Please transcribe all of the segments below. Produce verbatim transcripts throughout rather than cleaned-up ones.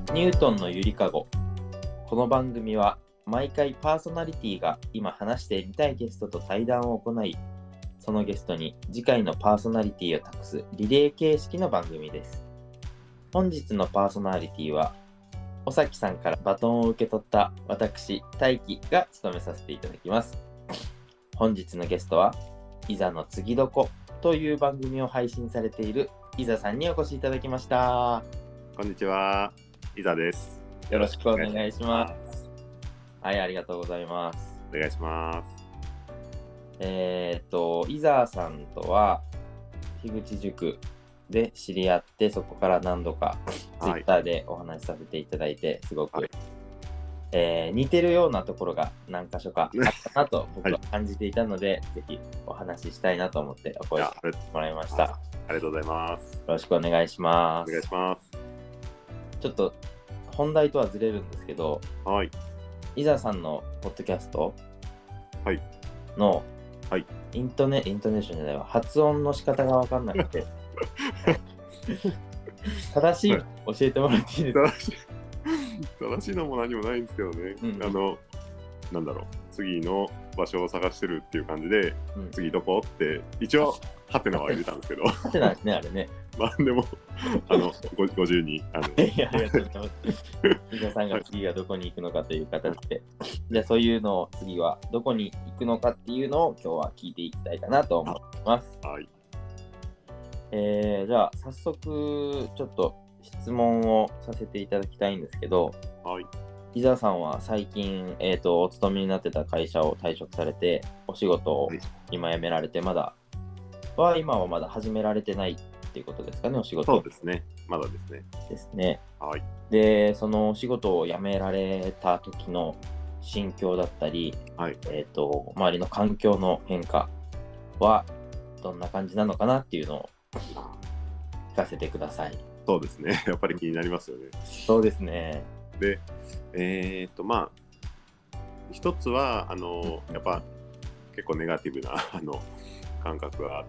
ニュートンのゆりかご。この番組は毎回パーソナリティが今話してみたいゲストと対談を行い、そのゲストに次回のパーソナリティを託すリレー形式の番組です。本日のパーソナリティは尾崎さんからバトンを受け取った私大輝が務めさせていただきます。本日のゲストはいざの次どこという番組を配信されているいざさんにお越しいただきました。 こんにちは、いざです。 よろしくお願いします。はい、ありがとうございます。 お願いします。 えーっと、いざさんとは樋口塾で知り合って、そこから何度かツイッターでお話しさせていただいて、すごく、はい、えー、似てるようなところが何か所かあったなと僕は感じていたので、はい、ぜひお話ししたいなと思ってお声をかけてもらいました。 ありがとうございます。 よろしくお願いします。 お願いします。 ちょっと本題とはずれるんですけど、 はい。 いざさんのポッドキャストの、 はい、 イントネ、イントネーションじゃないわ、発音の仕方が分かんなくて正しい、はい、教えてもらっていいですか？ 正しい、正しいのも何もないんですけどね、うん、あのなんだろう、次の場所を探してるっていう感じで、うん、次どこって一応ハテナは入れたんですけどハテナですね、あれね。 まあでもあのごじゅうにあのいや、ありがとうございます。皆さんが次はどこに行くのかという形で、じゃあそういうのを次はどこに行くのかっていうのを今日は聞いていきたいかなと思います。 はい。 えー、じゃあ早速ちょっと質問をさせていただきたいんですけど、 はい。 伊沢さんは最近、えーと、お勤めになってた会社を退職されて、お仕事を今辞められて、まだは今はまだ始められてないっていうことですかね、お仕事。 そうですね、まだですね。 ですね。 はい。 で、そのお仕事を辞められた時の心境だったり、 はい、 えーと、周りの環境の変化はどんな感じなのかなっていうのを聞かせてください。 そうですね、やっぱり気になりますよね。 そうですね。 で、えっとまあ一つはあのやっぱ結構ネガティブなあの感覚があって、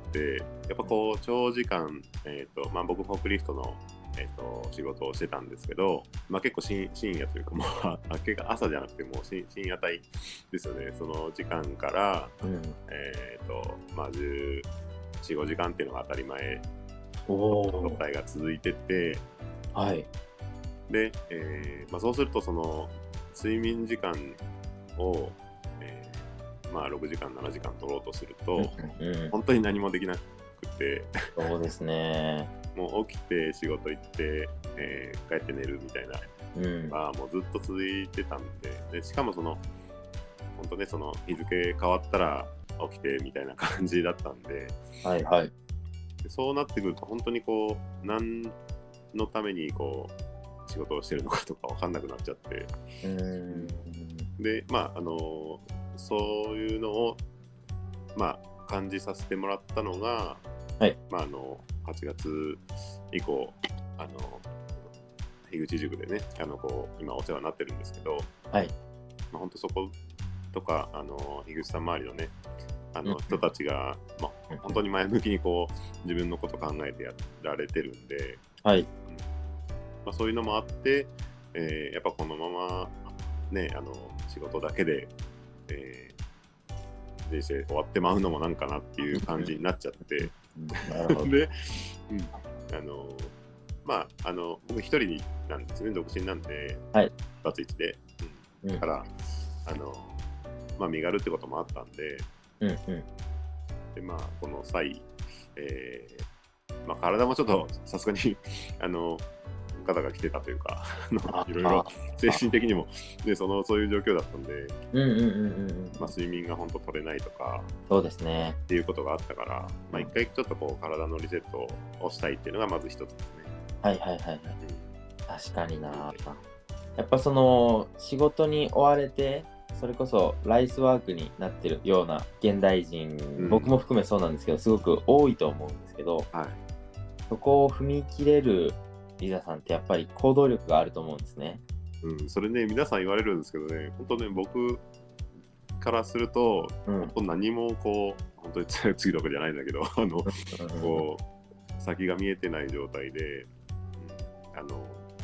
やっぱこう長時間、えーとまあ、僕フォークリフトの、えーと仕事をしてたんですけど、まあ、結構深夜というかもう朝じゃなくてもう深夜帯ですよね。その時間から、うん、えーとまあ、じゅうよん、ごじかんっていうのが当たり前の状態が続いてて、 はい。 で、えーまあ、そうするとその睡眠時間を、えーまあ、ろくじかんななじかん取ろうとすると、うんうん、本当に何もできなくてそうですねもう起きて仕事行って、えー、帰って寝るみたいなのが、うん、もうずっと続いてたん で, でしかもその本当ねその日付変わったら起きてみたいな感じだったんで、 はいはい、 でそうなってくると本当にこう何のためにこう仕事をしてるのかとか分かんなくなっちゃって、うーんでまああのそういうのをまあ感じさせてもらったのが、 はいまあ、あのはちがつ以降あの樋口塾でねあのこう今お世話になってるんですけど、 はいまあ、本当そことかあの樋口さん周りのねあの人たちが、まあ、本当に前向きにこう自分のこと考えてやられてるんで、 はいまあ、そういうのもあって、えー、やっぱこのまま、ね、あの仕事だけで、えー、人生終わってまうのもなんかなっていう感じになっちゃって、 なるほどで、うん、あのまああの僕一人なんですね、独身なんで、 はい、 バツイチで、うん、だからあの、まあ、身軽ってこともあったんで、 うんうん、 でまあこの際、えーまあ、体もちょっとさすがにあの方が来てたというかいろいろ精神的にも、ね、そのそういう状況だったんで、 うんうんうんうんまあ、睡眠が本当取れないとかそうですねっていうことがあったから、まあ、一回ちょっとこう体のリセットをしたいっていうのがまず一つですね。 はいはいはいはい、うん、確かにな。やっぱその仕事に追われてそれこそライスワークになってるような現代人、うん、僕も含めそうなんですけどすごく多いと思うんですけど、 はい、 そこを踏み切れるリザさんってやっぱり行動力があると思うんですね。 うん、それね皆さん言われるんですけどね、本当ね僕からすると、うん、本当何もこう本当に次どころじゃないんだけどあのこう先が見えてない状態で、うん、あの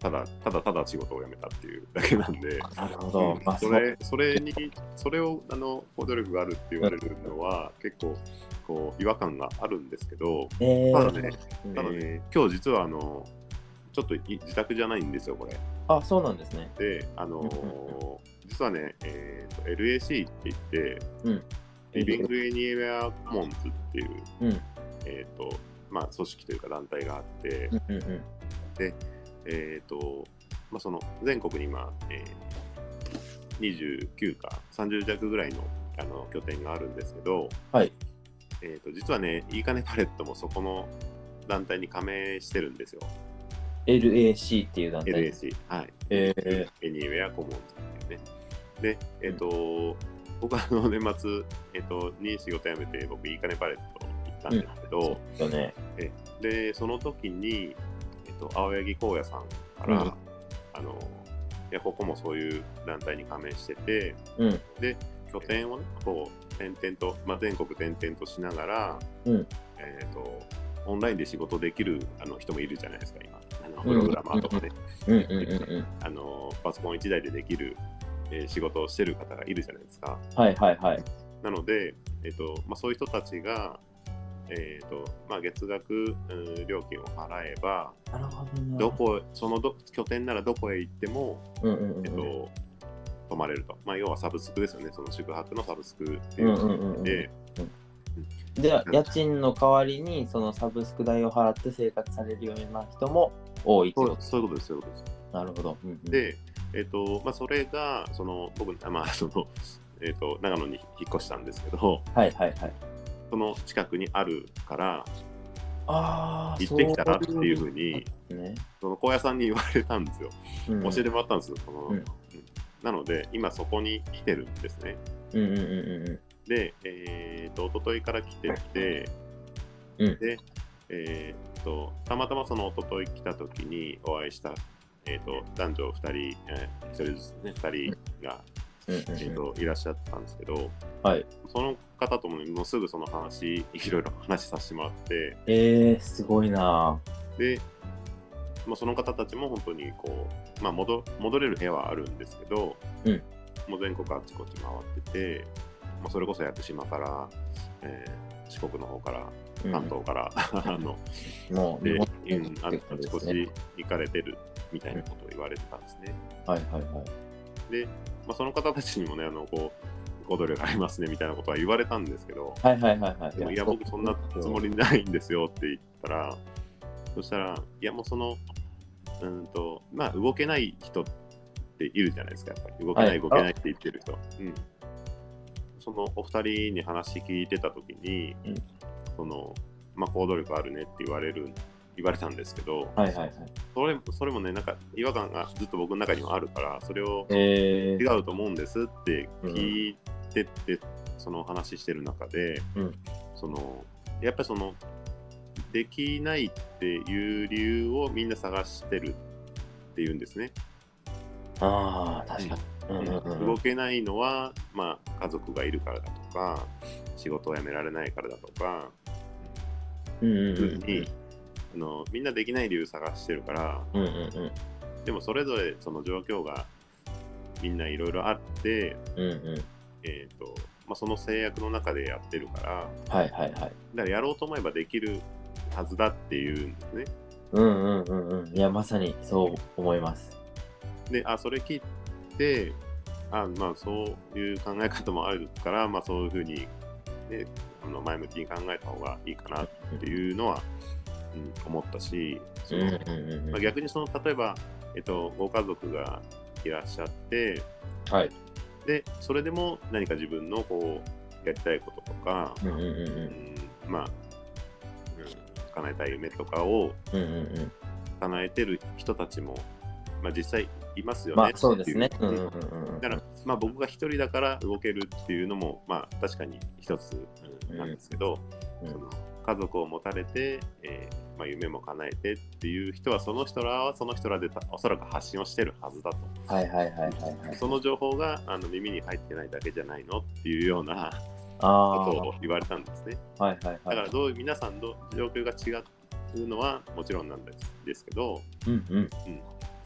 ただただただ仕事を辞めたっていうだけなんで、 なるほど、 うんまあ、 それそれにそれをあの行動力があるって言われるのは結構こう違和感があるんですけど、 えー、 ただね、 うんただね、今日実はあのちょっと自宅じゃないんですよこれ。 あ、そうなんですね。 で、あのー、実はね、えーと、エルエーシー って言って、 うん、 リビングエニウェアコモンズっていう、 うん、 えーとまあ、組織というか団体があって、 うん、うん、 で、えーとまあ、その全国に今、えー、にじゅうきゅうかさんじゅう弱ぐらいの、あの拠点があるんですけど、 はい。 えーと実はね、いいかねパレットもそこの団体に加盟してるんですよ。 エルエーシー っていう団体。 エルエーシー、はい。 えエニウェアコモンズっていうね。で、えっ、ー、と、うん、僕はあの年末、えっ、ー、と、に仕事辞めて、僕、いいかねパレット行ったんですけど、 うんね、 えで、その時に、えっ、ー、と、青柳光也さんから、うん、あの、いや、ここもそういう団体に加盟してて、うん、で、拠点をね、こう、転々と、まあ、全国転々としながら、うん、えっ、と、オンラインで仕事できるあの人もいるじゃないですか、今。あのプログラマーとかね。あのパソコンいちだいでできる、えー、仕事をしてる方がいるじゃないですか。 はいはいはい。 なので、えーとまあ、そういう人たちが、えーとまあ、月額、うん、料金を払えば、 なるほどな、 どこそのど拠点ならどこへ行っても、うんうんうん、えーと泊まれると。まあ、要はサブスクですよね。その宿泊のサブスクっていうので。 では家賃の代わりにそのサブスク代を払って生活されるような人も多いってこと。 そういうことです、そういうことです。 なるほど。 うんうん、で、えーとまあ、それがその僕、まあそのえーと、長野に引っ越したんですけど、 はいはいはい、 その近くにあるからあ行ってきたらっていうふうに、 ね、 その高野さんに言われたんですよ。うん、教えてもらったんですよ。そのうん、 なので今そこに来てるんですね。 うんうんうんうん、 で、えーと、一昨日から来てて、うん、で、えーと、たまたまその一昨日来た時にお会いした、えーと、男女ふたり、えー、ひとりずつね、ふたりが、うんえーと、いらっしゃったんですけど、 はい、 その方とも、ね、もうすぐその話、いろいろ話させてもらって、 えー、すごいな。 で、まあ、その方たちも本当にこう、まあ、戻、戻れる部屋はあるんですけど、うん、もう全国あっちこっち回ってて、まあ、それこそ屋久島から、えー、四国の方から関東から、うん、あのもうで、うん、あっちこち行かれてるみたいなことを言われてたんですね。 はいはいはい。 で、まあ、その方たちにもね、あのこう行動力ありますねみたいなことは言われたんですけど、 はいはいはいはい。 でもいや僕そんなつもりないんですよって言ったら、そしたらいやもうそのうんとまあ動けない人っているじゃないですか、やっぱり動けない、はい、動けないって言ってる人。うん、そのお二人に話聞いてたときに、うん、そのまあ、行動力あるねって言われる言われたんですけど、 はいはいはい、 それそれもねなんか違和感がずっと僕の中にはあるからそれを違うと思うんですって聞いてって、うん、その話してる中で、うん、そのやっぱりそのできないっていう理由をみんな探してるっていうんですね。 ああ確かに。うんうんうん、 動けないのは、まあ、家族がいるからだとか仕事を辞められないからだとか、うんうんうんうん、にあのみんなできない理由探してるから、うんうんうん、でもそれぞれその状況がみんないろいろあって、うんうんえーとまあ、その制約の中でやってるから、 はいはいはい、だからやろうと思えばできるはずだっていうんですね。 うんうんうんうん。いやまさにそう思います。 で、あそれ聞いてあまあそういう考え方もあるから、まあ、そういうふうに、ね、あの前向きに考えた方がいいかなっていうのは、うん、思ったし、その、うんうんうんまあ、逆にその例えば、えっと、ご家族がいらっしゃって、はい、でそれでも何か自分のこうやりたいこととか、うんうんうんうん、まあ、うん、叶えたい夢とかを叶えてる人たちも、まあ、実際いますよねっていう。 まあそうですね。うんうんうん、 だから、まあ、僕が一人だから動けるっていうのも、まあ、確かに一つ、うん、なんですけど、うん、その家族を持たれて、えーまあ、夢も叶えてっていう人はその人らはその人らでおそらく発信をしてるはずだと。 はいはいはいはい、はい。 その情報があの耳に入ってないだけじゃないのっていうようなことを言われたんですね。 はいはいはい、 だからどう皆さんの状況が違うのはもちろんなんですですけど、うんうんうん、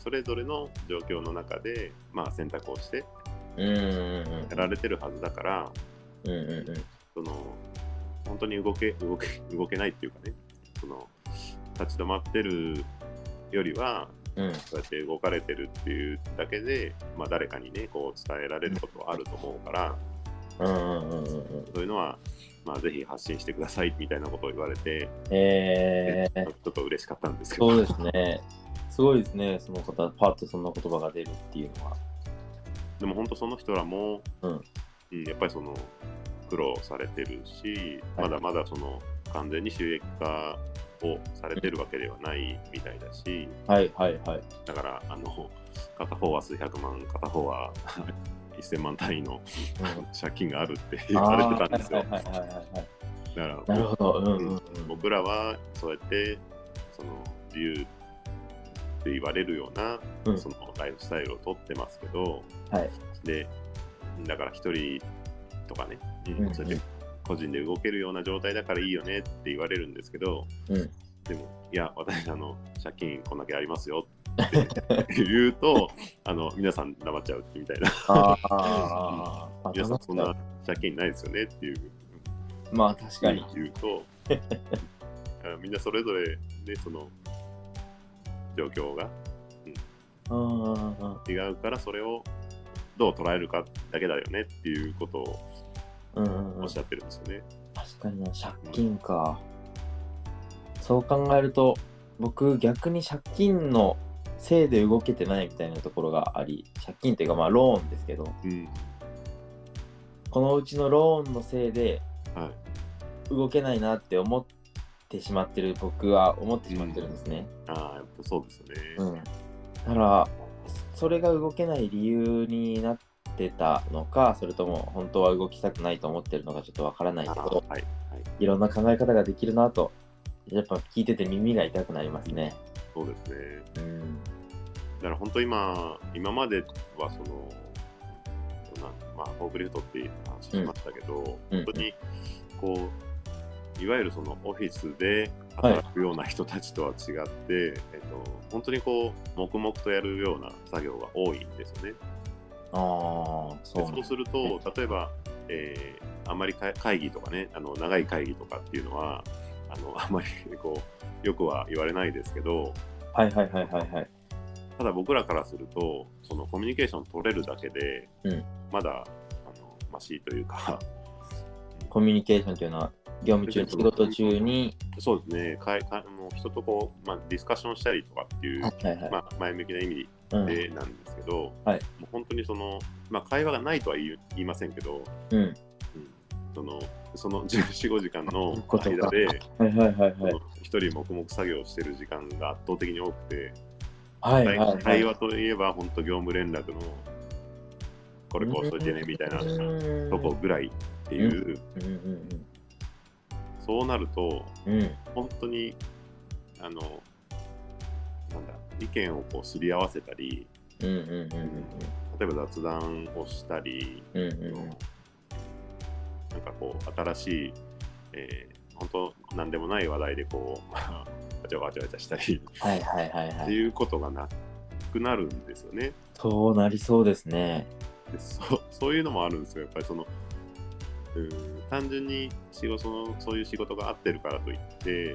それぞれの状況の中で、まあ、選択をしてうんうんうんやられてるはずだから、 うんうんうんその本当に動け動け動けないっていうかね、その立ち止まってるよりは、 うん、 そうやって動かれてるっていうだけで、まあ、誰かにねこう伝えられることはあると思うから、 うんうんうんうん、 そういうのは、まあ、ぜひ発信してくださいみたいなことを言われて、 えー、 ちょっと嬉しかったんですけど。 そうですね。すごいですね、その方、パッとそんな言葉が出るっていうのは。 でも本当その人らも、 うんうん、やっぱりその苦労されてるし、 はい、 まだまだその完全に収益化をされてるわけではないみたいだし、 はいはいはい。 だからあの片方は数百万、片方はせんまん単位の、うん、借金があるって言われてたんですよ。だからなるほど、うんうんうん、 僕らはそうやってその自由って言われるような、うん、そのライフスタイルをとってますけど、 はい、 でだから一人とかね、うんうん、そうやって個人で動けるような状態だからいいよねって言われるんですけど、うん、でもいや私あの借金こんだけありますよって言うとあの皆さん黙っちゃうみたいなあ皆さんそんな借金ないですよねっていうまあ確かに言うとみんなそれぞれねその状況が、うん、違うからそれをどう捉えるかだけだよねっていうことをおっしゃってるんですよね。 確かにな、借金か、うん、そう考えると僕逆に借金のせいで動けてないみたいなところがあり、借金というかまあローンですけど、うん、このうちのローンのせいで動けないなって思ってしまってる、僕は思ってしまってるんですね、 うん、ああやっぱそうですよね、 うん、だからそれが動けない理由になってたのか、それとも本当は動きたくないと思ってるのかちょっとわからないけど、はいはい、いろんな考え方ができるなとやっぱ聞いてて耳が痛くなりますね。 そうですね、うん、だから本当今今まではそのまあフォークリフトっていう話しましたけど、うん、本当にこういわゆるそのオフィスで働くような人たちとは違って、はい、えっと、本当にこう黙々とやるような作業が多いんですよね。 あそうそうすると例えば、えー、あんまり会議とかね、あの長い会議とかっていうのはあのあんまりこうよくは言われないですけど、 はいはいはいはいはい。 ただ僕らからするとそのコミュニケーション取れるだけで、うん、まだあのマシというかコミュニケーションというのは業務中、仕事中にそうですね、かいかもう人とこう、まあ、ディスカッションしたりとかっていう、はいはいはい、まあ、前向きな意味でなんですけど、うん、はい、もう本当にその、まあ、会話がないとは言い、言いませんけど、うんうん、そのそのじゅうよん、ごじかんの間で一人黙々作業してる時間が圧倒的に多くて、はいはいはい、会話といえば本当業務連絡のこれこうしといてねみたいなとこぐらいっていう、うんうんうんうん、そうなると、うん、本当にあのなんだ意見をこうすり合わせたり、うんうんうんうん、例えば雑談をしたり、うんうんうん、なんかこう新しい、えー、本当なんでもない話題でこうわちゃわちゃわちゃしたり、はいはいはいはい、っていうことがなくなるんですよね。 そうなりそうですね。 で そ, そういうのもあるんですよ。やっぱりそのうん単純に仕事のそういう仕事が合ってるからといって、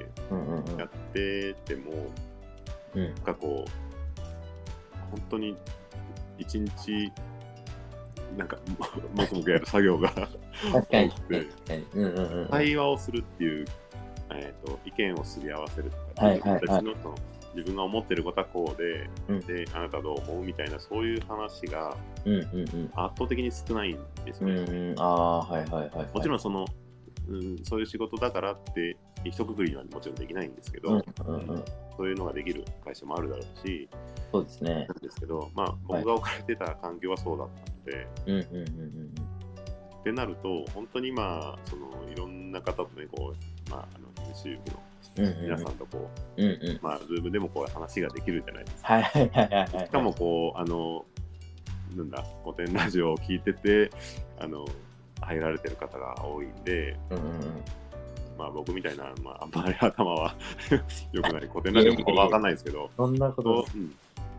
うんうんうん、やってても、うん、なんかこう本当に一日なんかもくもくやる作業が多くて、うんうんうん、会話をするっていう、えー、と意見をすり合わせるとか、はいはいはい、私のその自分が思ってることはこうで、うん、であなたどう思うみたいなそういう話が圧倒的に少ないんですよね。うんうん、あはいはいはいはい、もちろんその、うん、そういう仕事だからって一括りにはもちろんできないんですけど、うんうんうん、そういうのができる会社もあるだろうし、 そうですね。 なんですけど、まあ僕が置かれてた環境はそうだったので、うんうんうんうん、ってなると本当に今そのいろんな方とねこうまああの YouTube の皆さんとこう、うんうん、まあ、ズームでもこう話ができるじゃないですか。はいはいはいはい、しかもこう、あの、なんだ、古典ラジオを聞いてて、あの、入られてる方が多いんで、うんうん、まあ僕みたいな、まあ、あんまり頭は良くない、古典ラジオもわかんないですけど、 そんなこと、 うん、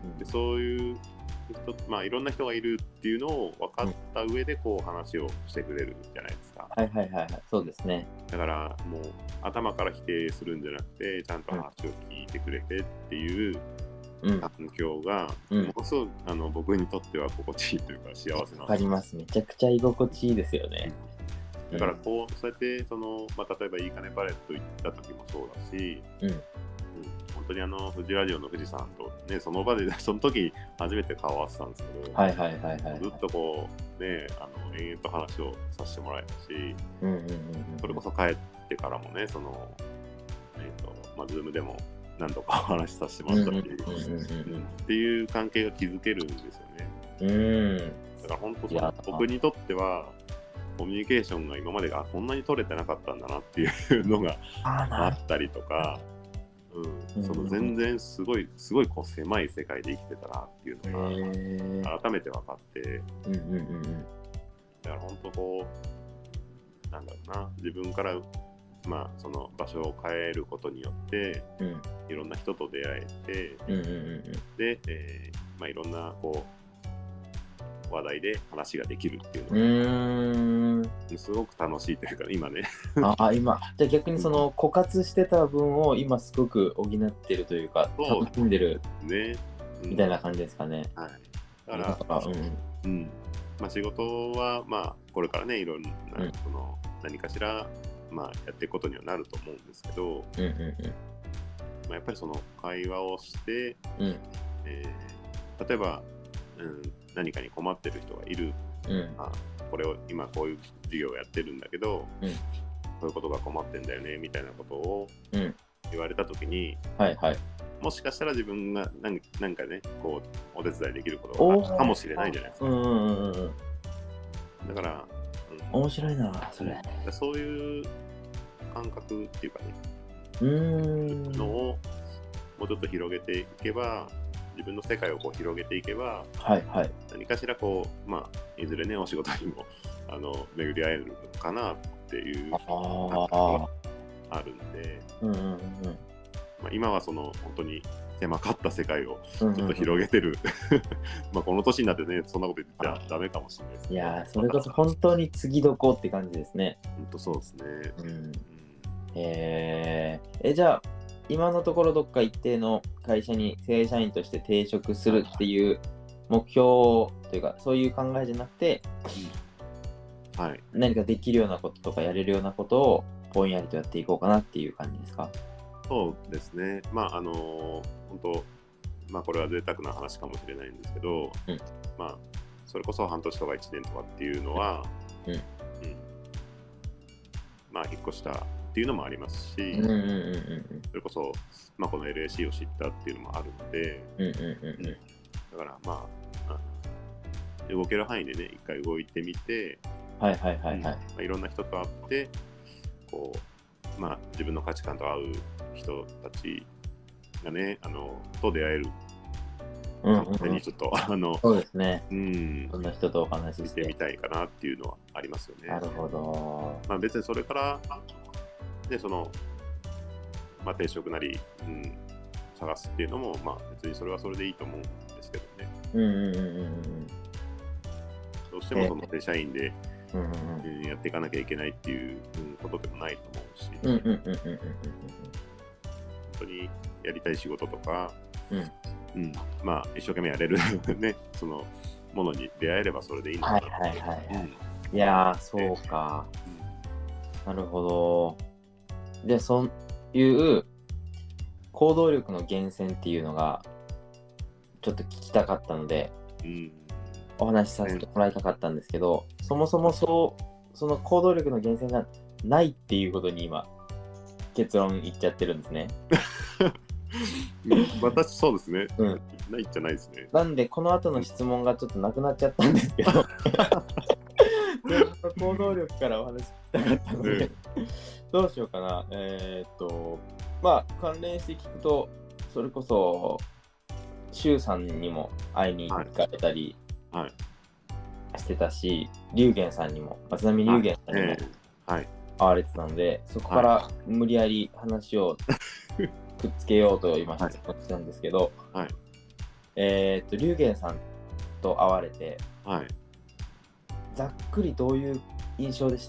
うんでそういう人、まあ、いろんな人がいるっていうのを分かった上でこう話をしてくれるじゃないですか。 はいはいはいはい、そうですね。 だからもう頭から否定するんじゃなくてちゃんと話を聞いてくれてっていううん、 環境が、 うんものすごくあの僕にとっては心地いいというか幸せなんです。 わかります。めちゃくちゃ居心地いいですよね。 だからこう、そうやってその、まあ、例えばいいかねパレット行った時もそうだし、 うん、 うん、本当にあのフジラジオの富士さんとねその場でその時初めて顔合わせたんですけど、 はいはいはいはい、 ずっとこうねあの延々と話をさせてもらえたし、 うんうんうんうん、 それこそ帰ってからもねそのえっ、とまあズームでも何度かお話しさせてもらったりっていう関係が築けるんですよね。 うん、 だから本当その僕にとってはコミュニケーションが今までがこんなに取れてなかったんだなっていうのがあったりとか、うん、その全然すごいすごいこう狭い世界で生きてたなっていうのが改めて分かって、 うんうんうんうん、 だから本当こうなんだろうな自分からまあその場所を変えることによって、うん、いろんな人と出会えて、うんうんうんうん、で、えーまあ、いろんなこう話題で話ができるっていうのがうーんすごく楽しいというか今ねあ今じゃあ逆にその枯渇してた分を今すごく補ってるというか楽しんでるね、うん、みたいな感じですかね。 はい、だから、うんうんまあ、仕事はまあこれからねいろんな、うん、その何かしら、まあ、やっていくことにはなると思うんですけど、うんうんうんまあ、やっぱりその会話をして、うんえー、例えば、うん何かに困ってる人がいる、うんまあ、これを今こういう授業をやってるんだけど、うん、こういうことが困ってんだよねみたいなことを言われたときに、うんはいはい、もしかしたら自分が何、何かねこうお手伝いできることがあるかもしれないじゃないですか。うんうんうん、だから、 うん、面白いなそれ。 そういう感覚っていうかねうーんのをもうちょっと広げていけば自分の世界をこう広げていけば、はいはい、何かしらこう、まあ、いずれねお仕事にもあの巡り合えるのかなっていう感覚があるんで、うんうんうんまあ、今はその本当に狭かった世界をちょっと広げてる、うんうんうん、まあこの年になってねそんなこと言っちゃダメかもしれないですけど、 いやそれこそ本当に次どこって感じですね。 本当そうですね、うんうん、 えー、えじゃあ今のところどっか一定の会社に正社員として定職するっていう目標というかそういう考えじゃなくて、はい、何かできるようなこととかやれるようなことをぼんやりとやっていこうかなっていう感じですか？ そうですね。まああのー、本当まあこれは贅沢な話かもしれないんですけど、うん、まあそれこそ半年とかいちねんとかっていうのは、うんうん、まあ引っ越したっていうのもありますし、うんうんうんうん、それこそ、まあ、この エルエーシー を知ったっていうのもあるので、うんうんうんうん、だからまあ、あ動ける範囲でね一回動いてみて、はいはいはいはい、うんまあ、いろんな人と会ってこう、まあ、自分の価値観と合う人たちがねあのと出会える簡単にちょっと、うんうん、あのそうですね、うん、そんな人とお話ししてみたいかなっていうのはありますよね。 なるほど、 まあ、別にそれからでその、まあ、定職なり、うん、探すっていうのも、まあ、別にそれはそれでいいと思うんですけどね。うんうんうんうん、どうしてもその正社員で、うんうんうん、やっていかなきゃいけないっていうことでもないと思うし、うんうんうんうんうん、本当にやりたい仕事とか、うんうん、まあ一生懸命やれる、ね、そのものに出会えればそれでいいのかなと思って。はいはいはい、 はいうん、いやーそうか、うん、なるほど。でそういう行動力の源泉っていうのがちょっと聞きたかったので、うん、お話しさせてもらいたかったんですけど、うん、そもそもそうその行動力の源泉がないっていうことに今結論言っちゃってるんですね。 私そうですね、うん、ないじゃないですね。 なんでこの後の質問がちょっとなくなっちゃったんですけど行動力からお話ししたかったので、ね、どうしようかな。えー、っとまあ関連して聞くとそれこそ周さんにも会いに行かれたりしてたし、はいはい、龍玄さんにも松並龍玄さんにも会われてたので、はい、そこから無理やり話をくっつけようと今質問したんですけど、はいはい、 えー、っと、龍玄さんと会われて、 はい。 ざっくりどういう印象でした？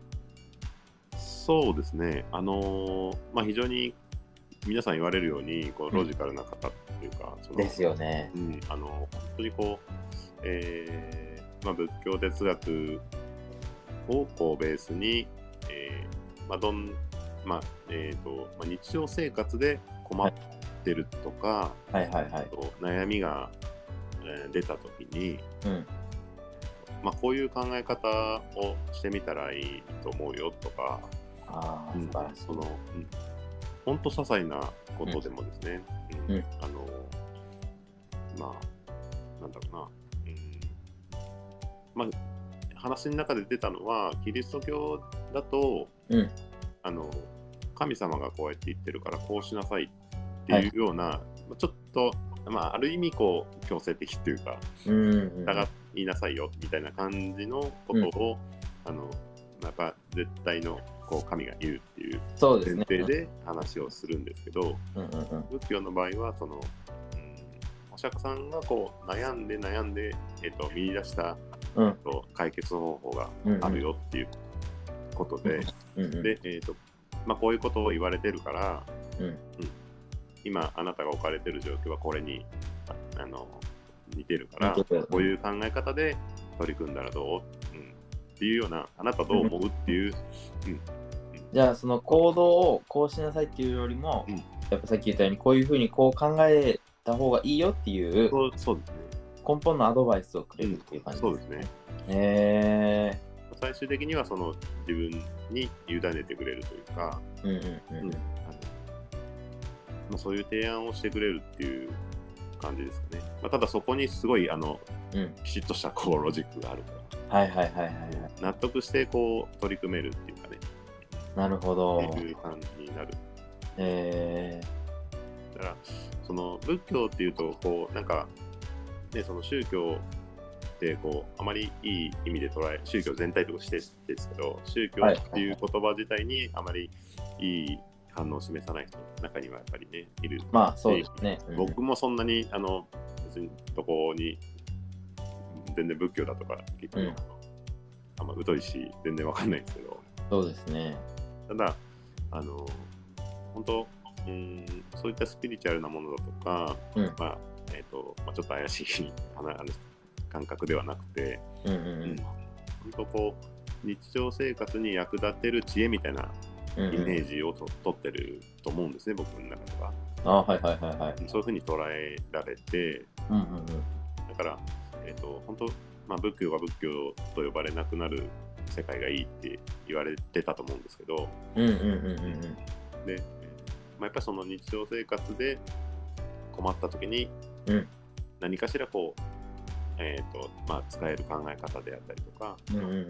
そうですね。あのーまあ、非常に皆さん言われるように、こうロジカルな方っていうか、そのですよね。 うん、あの本当にこう、えーまあ、仏教哲学をこうベースに、えーまあどんまあえーとまあ、日常生活で困ってるとか、 はいはいはい。 と悩みが、えー出た時に、 うん。 まあ、こういう考え方をしてみたらいいと思うよとか、 ああ、 うん素晴らしい。 そのうん本当些細なことでもですね、うんうんあのまあなんだろうな、うんまあ、話の中で出たのはキリスト教だと、 うん。 あの神様がこうやって言ってるからこうしなさいっていうような、はい、ちょっと、まあ、ある意味こう強制的っていうか、 うんうんうん、 だが言いなさいよみたいな感じのことを、うん、あのなんか絶対のこう神が言うっていう前提で話をするんですけど、 うんうんうん、 仏教の場合はその、うん、お釈迦さんがこう悩んで悩んで、えー、と見出した、うん、と解決方法があるよっていうことで、うんうん、で、えーとまあ、こういうことを言われてるから、うんうん、今あなたが置かれてる状況はこれにあの似てるからこういう考え方で取り組んだらどう、うん、っていうようなあなたどう思うっていう、うんうん、 じゃあその行動をこうしなさいっていうよりも、うん、やっぱさっき言ったようにこういうふうにこう考えた方がいいよっていうそう、そうですね、 根本のアドバイスをくれるっていう感じですね、うん、そうですね。 へー。最終的にはその自分に委ねてくれるというか、うんうんうんうん、あのまあ、そういう提案をしてくれるっていう感じですかね。まあ、ただそこにすごいあの、うん、きちっとしたこうロジックがあるから、はいはいはいはい、納得してこう取り組めるっていうかね。 なるほど。 っていう感じになる。 えー、だからその仏教っていうとこうなんかねその宗教でこうあまりいい意味で捉え宗教全体としてですけど宗教っていう言葉自体にあまりいい反応を示さない人の中にはやっぱりねいる。 まあそうですね、 うん、僕もそんなにあの別にどこに全然仏教だとか結構、うん、あんま疎いし全然わかんないんですけど。 そうですね。 ただあの本当うんそういったスピリチュアルなものだとか、うんまあえーとまあ、ちょっと怪しい感覚ではなくて、うんうんうん、本当こう日常生活に役立てる知恵みたいなイメージをと、うんうん、取ってると思うんですね、僕の中では。 あ、はいはいはいはい。 そういうふうに捉えられて、うんうんうん、だから、えーと、本当、まあ、仏教が仏教と呼ばれなくなる世界がいいって言われてたと思うんですけど、うんうんうんうん、で、まあ、やっぱりその日常生活で困った時に何かしらこうえーとまあ、使える考え方であったりとか、うんうんうんうん、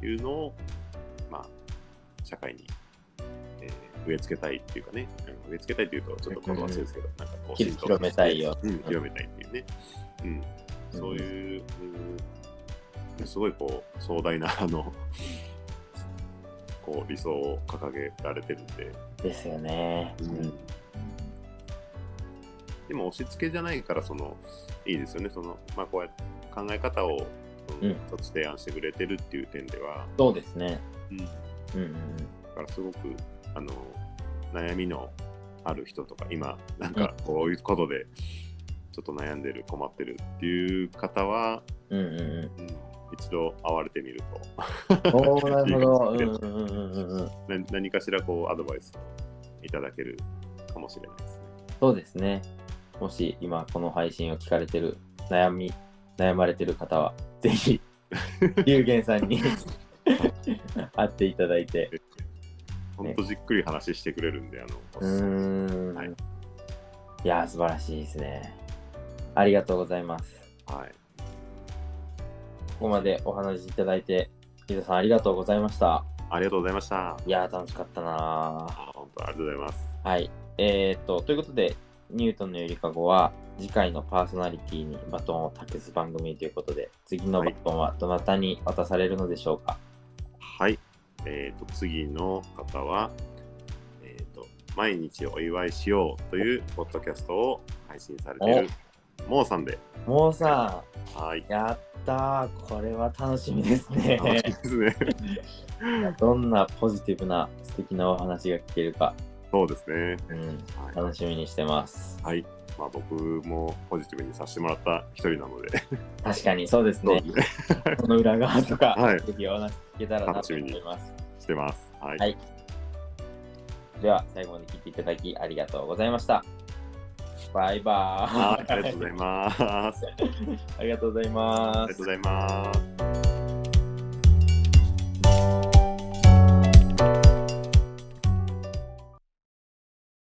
いうのを、まあ、社会に、えー、植え付けたいっていうかね、植え付けたいというとちょっと言葉忘れですけど、うんうん、なんかこう広めたいよ、 うん、広めたいっていうね、うん、そういう、うん、すごいこう壮大なあのこう理想を掲げられてるんで。 ですよね。うん、 でも押し付けじゃないからそのいいですよね。そのまあこうやって考え方を一つ提案してくれてるっていう点では、 うん、そうですね。 うん。うんうんうん。だからすごくあの悩みのある人とか今なんかこういうことでちょっと悩んでる困ってるっていう方は、うんうんうん、一度会われてみると。 おーなるほど。うんうんうんうん、 何かしらこうアドバイスをいただけるかもしれないですね。 そうですね。もし今この配信を聞かれてる悩み悩まれてる方はぜひ龍玄さんに会っていただいて、 本当じっくり話してくれるんで、あのうーん、はい、いや素晴らしいですね。ありがとうございます。 はい。 ここまでお話しいただいて伊沢さんありがとうございました。 ありがとうございました。 いや楽しかったな。 本当ありがとうございます。 はい。えー、っとということで。ニュートンのゆりかごは次回のパーソナリティにバトンを託す番組ということで、次のバトンはどなたに渡されるのでしょうか。 はい、えー、と次の方は、えーと、毎日お祝いしようというポッドキャストを配信されているモーさんで。 もうさはい。 ん、やったー。これは楽しみですね。 楽しみですね。 どんなポジティブな素敵なお話が聞けるか、 そうですね。 うん、 はい。 楽しみにしてます。 はい。まあ僕もポジティブにさせてもらった一人なので。 確かにそうですね。 そうですね。 その裏側とか、 はいぜひお話聞けたらなと思います。 してます。はい。 はい。では、最後まで聞いていただきありがとうございました。バイバーイ。 はい、ありがとうございます。 ありがとうございます。 ありがとうございます。